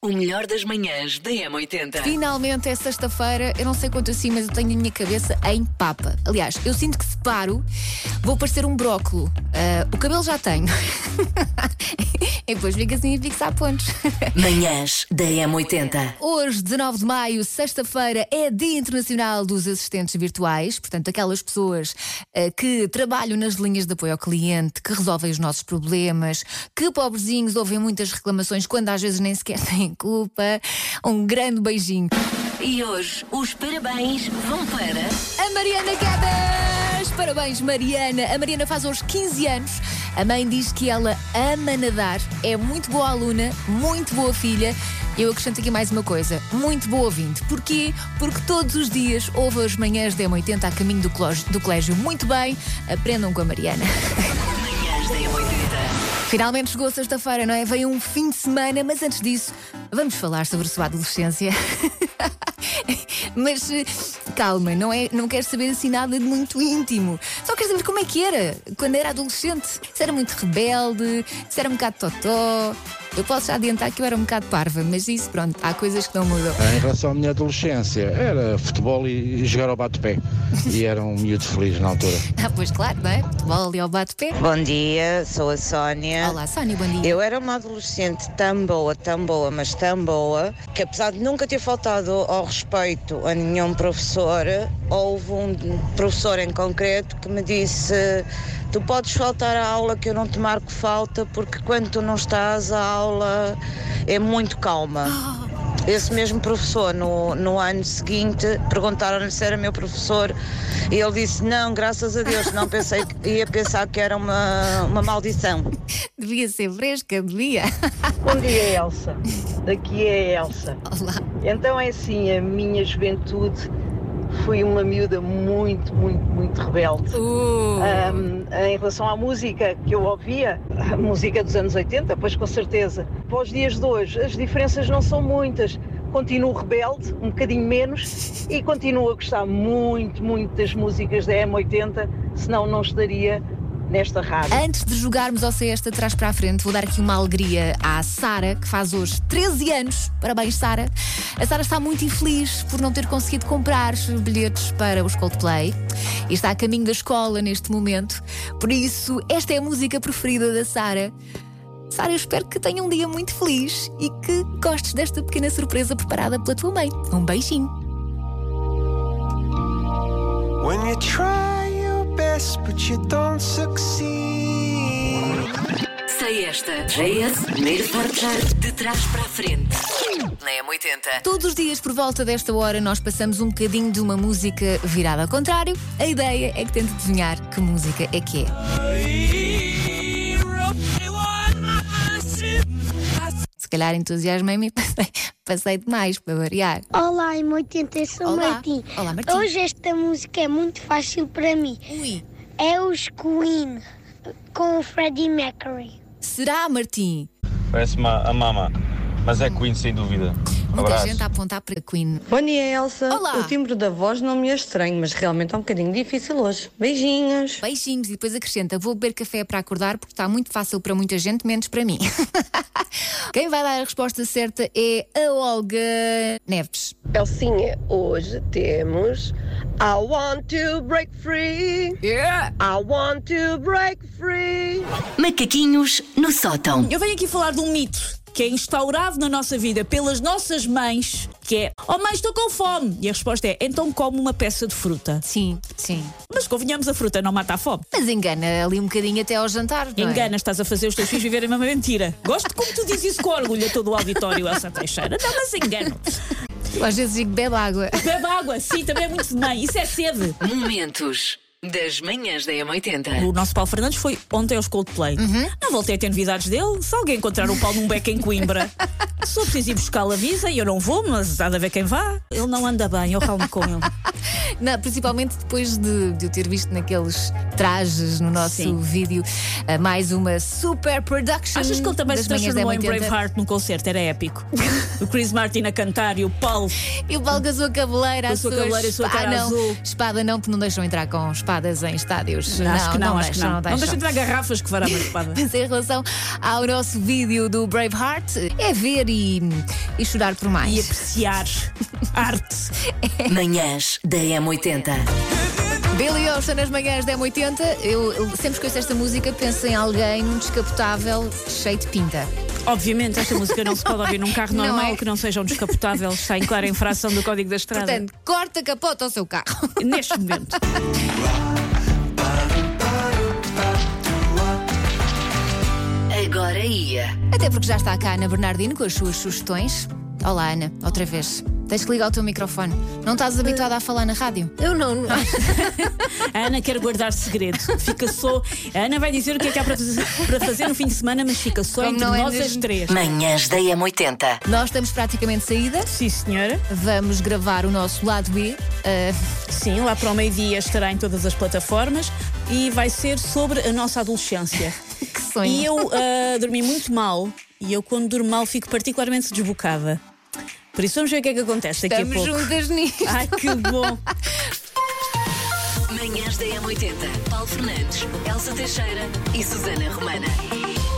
O melhor das manhãs da M80. Finalmente é sexta-feira, eu não sei quanto assim, mas eu tenho a minha cabeça em papa. Aliás, eu sinto que se paro, vou parecer um brócolo. O cabelo já tenho. E depois fica assim e fixa a pontos. Manhãs da M80. Hoje, 19 de maio, sexta-feira, é Dia Internacional dos Assistentes Virtuais. Portanto, aquelas pessoas que trabalham nas linhas de apoio ao cliente, que resolvem os nossos problemas, que pobrezinhos ouvem muitas reclamações quando às vezes nem sequer têm culpa. Um grande beijinho. E hoje os parabéns vão para A Mariana Guedes! Parabéns, Mariana! A Mariana faz hoje 15 anos. A mãe diz que ela ama nadar, é muito boa aluna, muito boa filha. Eu acrescento aqui mais uma coisa, muito boa ouvinte. Porquê? Porque todos os dias ouve as manhãs da M80 a caminho do colégio. Muito bem, aprendam com a Mariana. Manhãs da M80. Finalmente chegou sexta-feira, não é? Veio um fim de semana, mas antes disso, vamos falar sobre a sua adolescência. Mas calma, não quero saber assim nada de muito íntimo. Só quero saber como é que era quando era adolescente. Se era muito rebelde, se era um bocado totó. Eu posso já adiantar que eu era um bocado parva, mas isso, pronto, há coisas que não mudam. Em relação à minha adolescência, era futebol e jogar ao bate-pé. E era um miúdo feliz na altura. Pois claro, não é? Futebol ali ao bate-pé. Bom dia, sou a Sónia. Olá, Sónia, bom dia. Eu era uma adolescente tão boa, mas tão boa, que apesar de nunca ter faltado ao respeito a nenhum professor, houve um professor em concreto que me disse: tu podes faltar à aula que eu não te marco falta, porque quando tu não estás, a aula é muito calma. Esse mesmo professor, no ano seguinte, perguntaram-lhe se era meu professor e ele disse: não, graças a Deus, não pensei que ia pensar que era uma maldição. Devia ser fresca, devia. Bom dia, Elsa. Daqui é a Elsa. Olá. Então é assim, a minha juventude fui uma miúda muito rebelde. Em relação à música que eu ouvia, a música dos anos 80, pois com certeza. Para os dias de hoje, as diferenças não são muitas. Continuo rebelde, um bocadinho menos, e continuo a gostar muito das músicas da M80, senão não estaria nesta rádio. Antes de jogarmos ao Cesta de trás para a frente, vou dar aqui uma alegria à Sara, que faz hoje 13 anos. Parabéns, Sara. A Sara está muito infeliz por não ter conseguido comprar bilhetes para os Coldplay e está a caminho da escola neste momento. Por isso, esta é a música preferida da Sara. Sara, eu espero que tenha um dia muito feliz e que gostes desta pequena surpresa preparada pela tua mãe. Um beijinho. When you try your best but you don't succeed. Sei esta. JS, primeiro forjar de trás para a frente. Na M80. Todos os dias, por volta desta hora, nós passamos um bocadinho de uma música virada ao contrário. A ideia é que tente adivinhar que música é que é. Se calhar entusiasmei-me e passei demais para variar. Olá, M80, eu sou Olá. Martim. Olá, Martim. Hoje esta música é muito fácil para mim. Ui. É os Queen, com o Freddie Mercury. Será, Martim? Parece-me a Mama, mas é Queen sem dúvida. Muita Abraço. gente a apontar para Queen. Bom dia, Elsa. Olá. O timbre da voz não me é estranho, mas realmente é um bocadinho difícil hoje. Beijinhos. Beijinhos e depois acrescenta: vou beber café para acordar porque está muito fácil para muita gente, menos para mim. Quem vai dar a resposta certa é a Olga Neves. Elcinha, hoje temos I want to break free. Yeah. I want to break free. Macaquinhos no sótão. Eu venho aqui falar de um mito que é instaurado na nossa vida pelas nossas mães, que é: oh mãe, estou com fome. E a resposta é: então come uma peça de fruta. Sim, sim. Mas convenhamos, a fruta não mata a fome. Mas engana ali um bocadinho até ao jantar, não é? Engana, estás a fazer os teus filhos viverem uma mentira. Gosto de como tu dizes isso com orgulho a todo o auditório, Elsa Teixeira. Não, mas engano. Eu às vezes digo: bebe água. Bebe água, sim, também é muito de mãe. Isso é sede. Momentos das manhãs da M80. O nosso Paulo Fernandes foi ontem aos Coldplay. Não voltei a ter novidades dele. Se alguém encontrar o Paulo num beco em Coimbra, se for preciso ir buscá-lo, avisa. E eu não vou, mas há de haver quem vá. Ele não anda bem, eu calmo com ele. Não, principalmente depois de o ter visto naqueles trajes no nosso vídeo. Mais uma super production. Achas que ele também se transformou em Braveheart num concerto? Era épico. O Chris Martin a cantar e o Paulo. E o Paulo com a sua cabeleira, a sua cara azul. Espada não, porque não deixam entrar com espadas em estádios. Acho que não. Não deixam entrar garrafas que fará uma espada. Mas em relação ao nosso vídeo do Braveheart, é ver e chorar por mais. E apreciar arte. Manhãs da M80. Billy Ocean nas manhãs da M80. Eu sempre que ouço esta música penso em alguém num descapotável cheio de pinta. Obviamente, esta música não se pode ouvir num carro normal que não seja um descapotável. Está em clara infração do Código da Estrada. Portanto, corta a capota ao seu carro. Neste momento. Agora ia. Até porque já está cá a Ana Bernardino com as suas sugestões. Olá, Ana, outra vez. Tens que ligar o teu microfone. Não estás habituada a falar na rádio? Eu não. A Ana quer guardar segredo. Fica só. A Ana vai dizer o que é que há para fazer no fim de semana, mas fica só entre nós as três. Manhãs da M80. Nós estamos praticamente de saída. Sim, senhora. Vamos gravar o nosso lado B. Sim, lá para o meio-dia estará em todas as plataformas e vai ser sobre a nossa adolescência. Que sonho. E eu dormi muito mal. E eu, quando durmo mal, fico particularmente desbocada. Por isso vamos ver o que é que acontece daqui a pouco. Estamos juntas nisto. Ai, que bom. Manhãs da M80. Paulo Fernandes, Elsa Teixeira e Susana Romana.